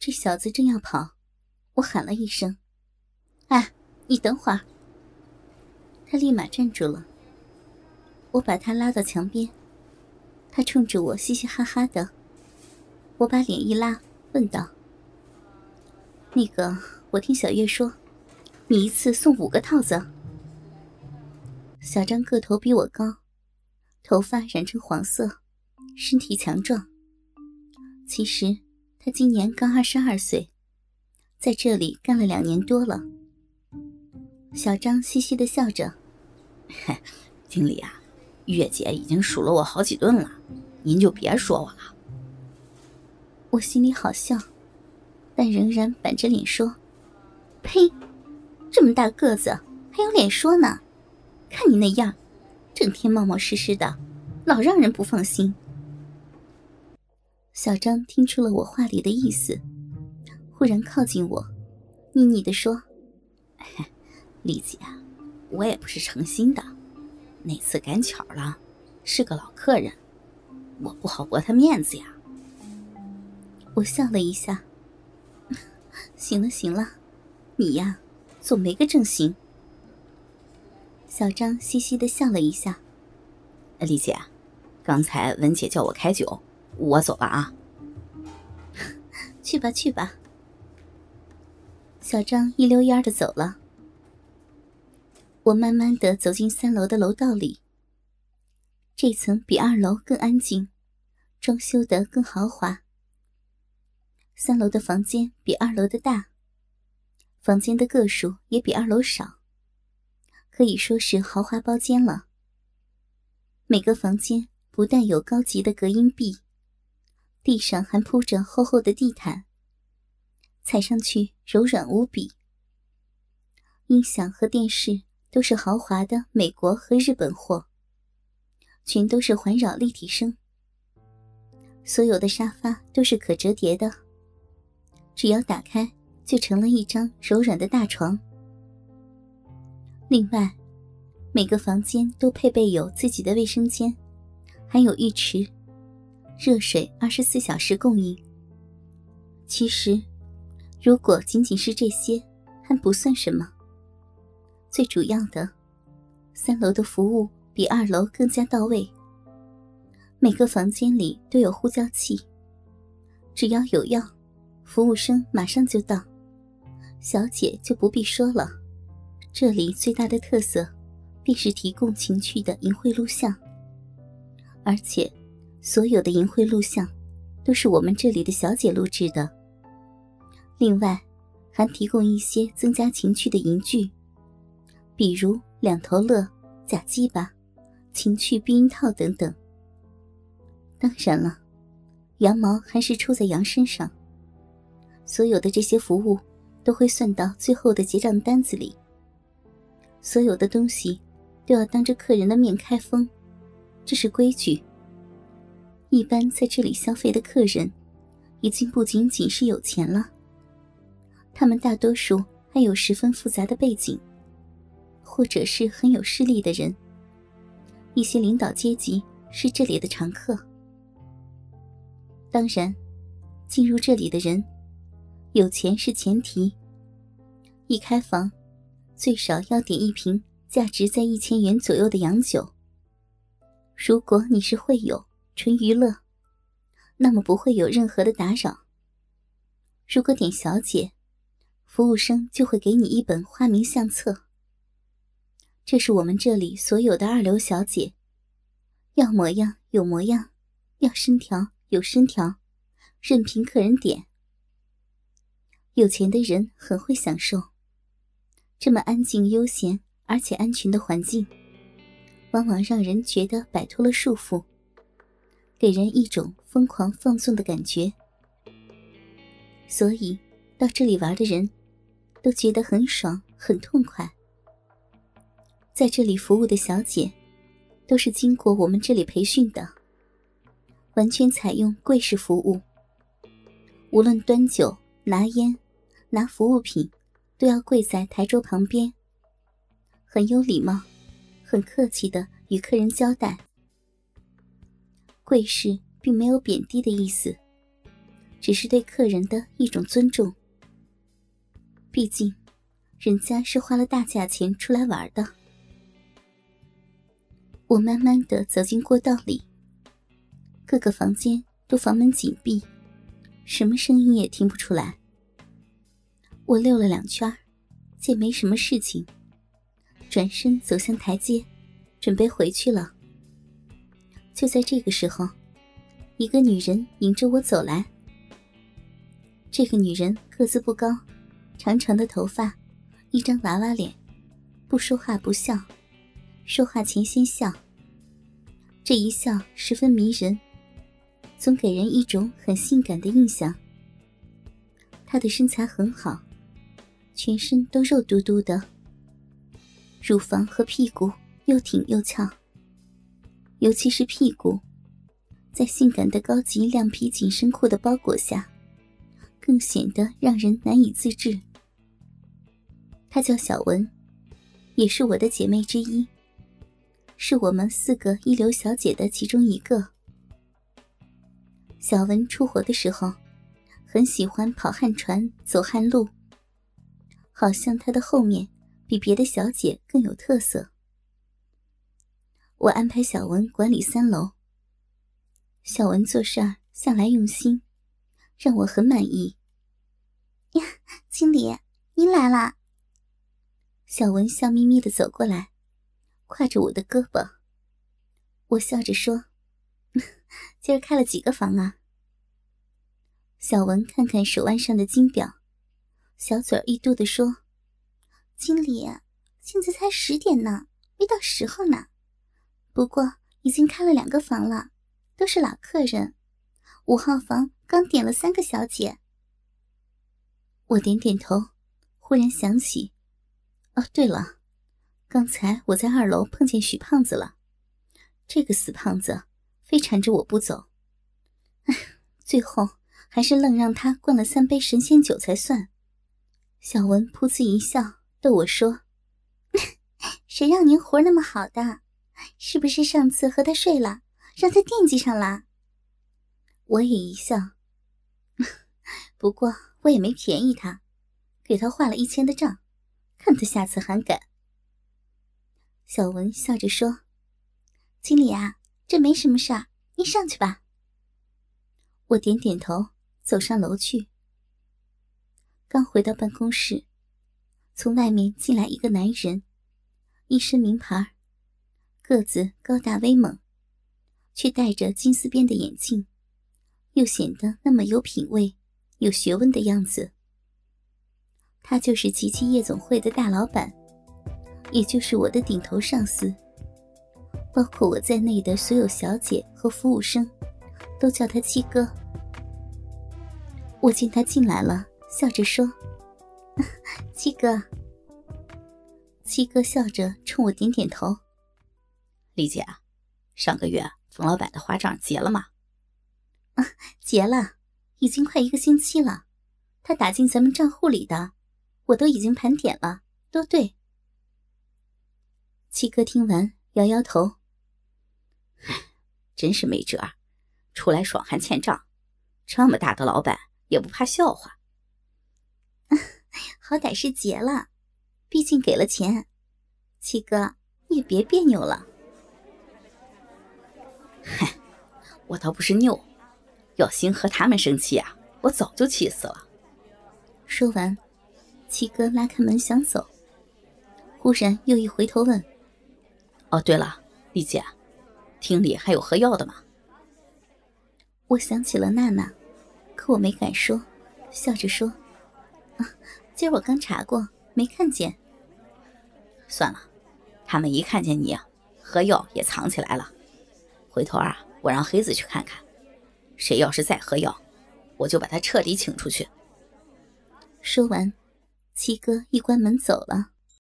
这小子正要跑，我喊了一声：“哎，你等会儿。”他立马站住了。我把他拉到墙边，他冲着我嘻嘻哈哈的。我把脸一拉，问道：“那个，我听小月说，你一次送5个套子？”小张个头比我高，头发染成黄色，身体强壮。其实他今年刚22岁，在这里干了2年多了。小张嘻嘻地笑着：“ 经理啊，月姐已经数了我好几顿了，您就别说我了。” 我心里好笑，但仍然板着脸说：“呸，这么大个子还有脸说呢？看你那样，整天冒冒失失的，老让人不放心。”小张听出了我话里的意思，忽然靠近我，腻腻地说：“ 丽姐，我也不是诚心的，那次赶巧了，是个老客人，我不好驳他面子呀。” 我笑了一下：“行了行了，你呀，总没个正形。”小张嘻嘻地笑了一下：“ 丽姐，刚才文姐叫我开酒，我走了啊。”“ 去吧去吧。”小张一溜烟地走了。我慢慢地走进3楼的楼道里。这层比2楼更安静，装修得更豪华。3楼的房间比2楼的大，房间的个数也比2楼少，可以说是豪华包间了。每个房间不但有高级的隔音壁，地上还铺着厚厚的地毯，踩上去柔软无比。音响和电视都是豪华的美国和日本货，全都是环绕立体声。所有的沙发都是可折叠的，只要打开就成了一张柔软的大床。另外，每个房间都配备有自己的卫生间，还有浴池，热水24小时供应。其实，如果仅仅是这些，还不算什么。最主要的，3楼的服务比2楼更加到位。每个房间里都有呼叫器，只要有药，服务生马上就到，小姐就不必说了。这里最大的特色便是提供情趣的淫秽录像，而且所有的淫秽录像都是我们这里的小姐录制的。另外还提供一些增加情趣的淫具，比如2头乐、假鸡巴、情趣避孕套等等。当然了，羊毛还是出在羊身上，所有的这些服务都会算到最后的结账单子里。所有的东西都要当着客人的面开封，这是规矩。一般在这里消费的客人已经不仅仅是有钱了，他们大多数还有十分复杂的背景，或者是很有势力的人，一些领导阶级是这里的常客。当然，进入这里的人，有钱是前提。一开房，最少要点一瓶价值在1000元左右的洋酒。如果你是会友，纯娱乐，那么不会有任何的打扰。如果点小姐，服务生就会给你一本花名相册。这是我们这里所有的2流小姐，要模样有模样，要身条有身条，任凭客人点。有钱的人很会享受这么安静悠闲而且安全的环境，往往让人觉得摆脱了束缚，给人一种疯狂放纵的感觉。所以到这里玩的人都觉得很爽很痛快。在这里服务的小姐都是经过我们这里培训的，完全采用跪式服务，无论端酒、拿烟、拿服务品，都要跪在台桌旁边，很有礼貌，很客气地与客人交代。跪式并没有贬低的意思， 只是对客人的一种尊重。毕竟人家是花了大价钱出来玩的。我慢慢地走进过道里，各个房间都房门紧闭，什么声音也听不出来。我溜了2圈，见没什么事情，转身走向台阶，准备回去了。就在这个时候，一个女人迎着我走来。这个女人个子不高，长长的头发，一张娃娃脸，不说话不笑，说话前先笑。这一笑十分迷人，总给人一种很性感的印象。她的身材很好，全身都肉嘟嘟的，乳房和屁股又挺又翘，尤其是屁股，在性感的高级亮皮紧身裤的包裹下，更显得让人难以自制。她叫小文，也是我的姐妹之一，是我们4个一流小姐的其中一个。小文出国的时候，很喜欢跑旱船、走旱路，好像她的后面比别的小姐更有特色。我安排小文管理3楼。小文做事儿向来用心，让我很满意。 呀，经理，您来啦！ 小文笑眯眯地走过来，挎着我的胳膊。我笑着说：“今儿开了几个房啊？”小文看看手腕上的金表，小嘴一嘟地说：“ 经理，现在才10点呢，没到时候呢。不过已经开了2个房了，都是老客人。5号房刚点了3个小姐。” 我点点头，忽然想起，哦，对了，刚才我在2楼碰见许胖子了，这个死胖子非缠着我不走，最后还是愣让他灌了3杯神仙酒才算。小文噗呲一笑，逗我说：“ 谁让您活那么好的？是不是上次和他睡了，让他惦记上了？” 我也一笑，不过我也没便宜他，给他画了1000的账，看他下次还敢。小文笑着说：“ 经理啊，这没什么事儿，您上去吧。” 我点点头，走上楼去。刚回到办公室，从外面进来一个男人，一身名牌，个子高大威猛，却戴着金丝边的眼镜，又显得那么有品味、有学问的样子。他就是琪琪夜总会的大老板，也就是我的顶头上司，包括我在内的所有小姐和服务生都叫他七哥。我见他进来了，笑着说：“七哥。”七哥笑着冲我点点头：“ 丽姐，上个月冯老板的花账结了吗？”“ 结了，已经快1个星期了，他打进咱们账户里的，我都已经盘点了，都对。”七哥听完摇摇头：“ 真是没辙，出来爽还欠账，这么大的老板也不怕笑话。”“ 好歹是结了，毕竟给了钱。七哥，你也别别扭了。”“ 嗨，我倒不是拗，要心和他们生气啊，我早就气死了。” 说完，七哥拉开门想走，忽然又一回头问：“ 哦，对了，丽姐，厅里还有喝药的吗？” 我想起了娜娜，可我没敢说，笑着说：“今儿我刚查过，没看见。”“ 算了，他们一看见你，喝药也藏起来了。回头啊，我让黑子去看看，谁要是再喝药，我就把他彻底请出去。” 说完，七哥一关门走了。